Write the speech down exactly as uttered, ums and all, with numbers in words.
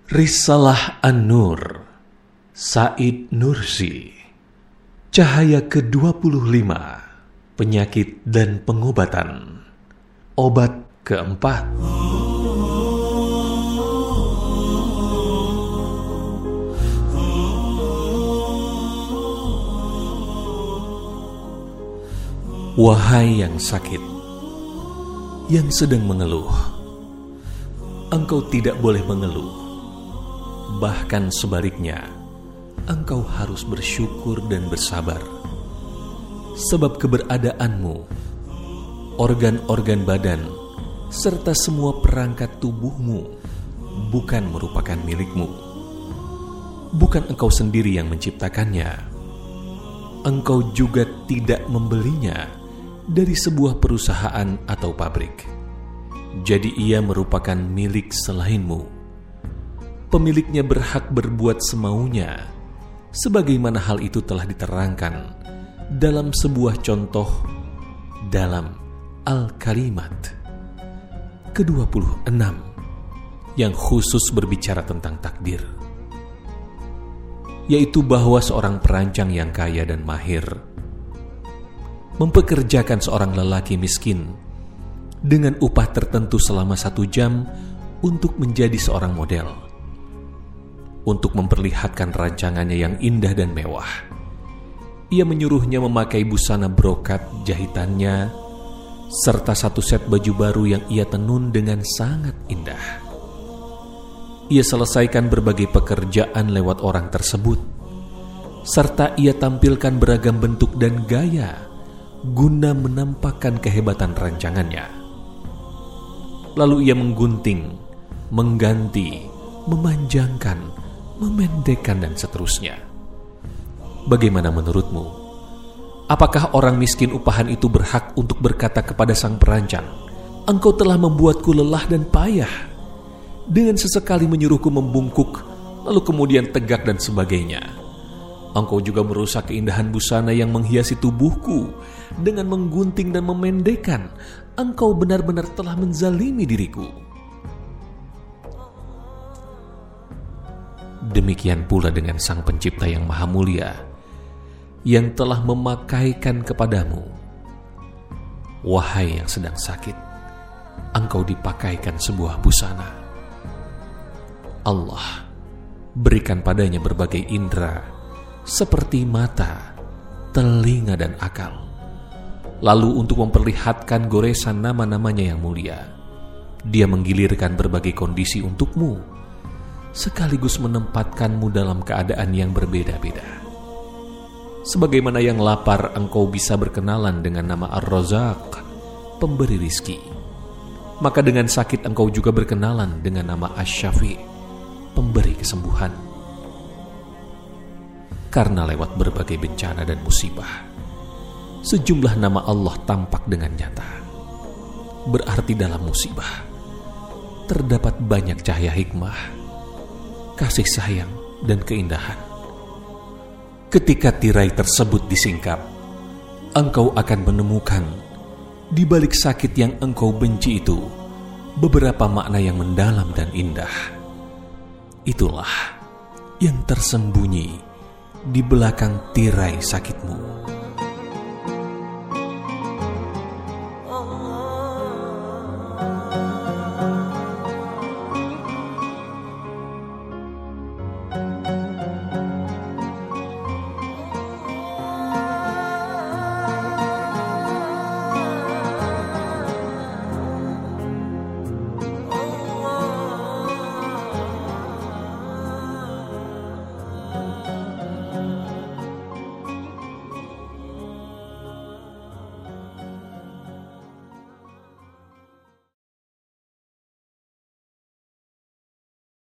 Risalah An-Nur, Said Nursi. Cahaya kedua puluh lima, penyakit dan pengobatan. Obat keempat. Wahai yang sakit, yang sedang mengeluh, engkau tidak boleh mengeluh. Bahkan sebaliknya, engkau harus bersyukur dan bersabar. Sebab keberadaanmu, organ-organ badan, serta semua perangkat tubuhmu bukan merupakan milikmu. Bukan engkau sendiri yang menciptakannya. Engkau juga tidak membelinya dari sebuah perusahaan atau pabrik. Jadi ia merupakan milik selainmu. Pemiliknya berhak berbuat semaunya, sebagaimana hal itu telah diterangkan dalam sebuah contoh dalam Al-Kalimat kedua puluh enam yang khusus berbicara tentang takdir, yaitu bahwa seorang perancang yang kaya dan mahir mempekerjakan seorang lelaki miskin dengan upah tertentu selama satu jam untuk menjadi seorang model, untuk memperlihatkan rancangannya yang indah dan mewah. Ia menyuruhnya memakai busana brokat jahitannya, serta satu set baju baru yang ia tenun dengan sangat indah. Ia selesaikan berbagai pekerjaan lewat orang tersebut, serta ia tampilkan beragam bentuk dan gaya guna menampakkan kehebatan rancangannya. Lalu ia menggunting, mengganti, memanjangkan, memendekkan, dan seterusnya. Bagaimana menurutmu? Apakah orang miskin upahan itu berhak untuk berkata kepada sang perancang, "Engkau telah membuatku lelah dan payah," dengan sesekali menyuruhku membungkuk, lalu kemudian tegak dan sebagainya? Engkau juga merusak keindahan busana yang menghiasi tubuhku dengan menggunting dan memendekkan. Engkau benar-benar telah menzalimi diriku. Demikian pula dengan Sang Pencipta yang Maha Mulia, yang telah memakaikan kepadamu. Wahai yang sedang sakit, engkau dipakaikan sebuah busana. Allah berikan padanya berbagai indera, seperti mata, telinga, dan akal. Lalu untuk memperlihatkan goresan nama-namanya yang mulia, Dia menggilirkan berbagai kondisi untukmu, sekaligus menempatkanmu dalam keadaan yang berbeda-beda. Sebagaimana yang lapar, engkau bisa berkenalan dengan nama Ar-Razaq, pemberi rizki. Maka dengan sakit engkau juga berkenalan dengan nama Asy-Syafi', pemberi kesembuhan. Karena lewat berbagai bencana dan musibah, sejumlah nama Allah tampak dengan nyata. Berarti dalam musibah terdapat banyak cahaya hikmah, kasih sayang, dan keindahan. Ketika tirai tersebut disingkap, engkau akan menemukan di balik sakit yang engkau benci itu beberapa makna yang mendalam dan indah. Itulah yang tersembunyi di belakang tirai sakitmu.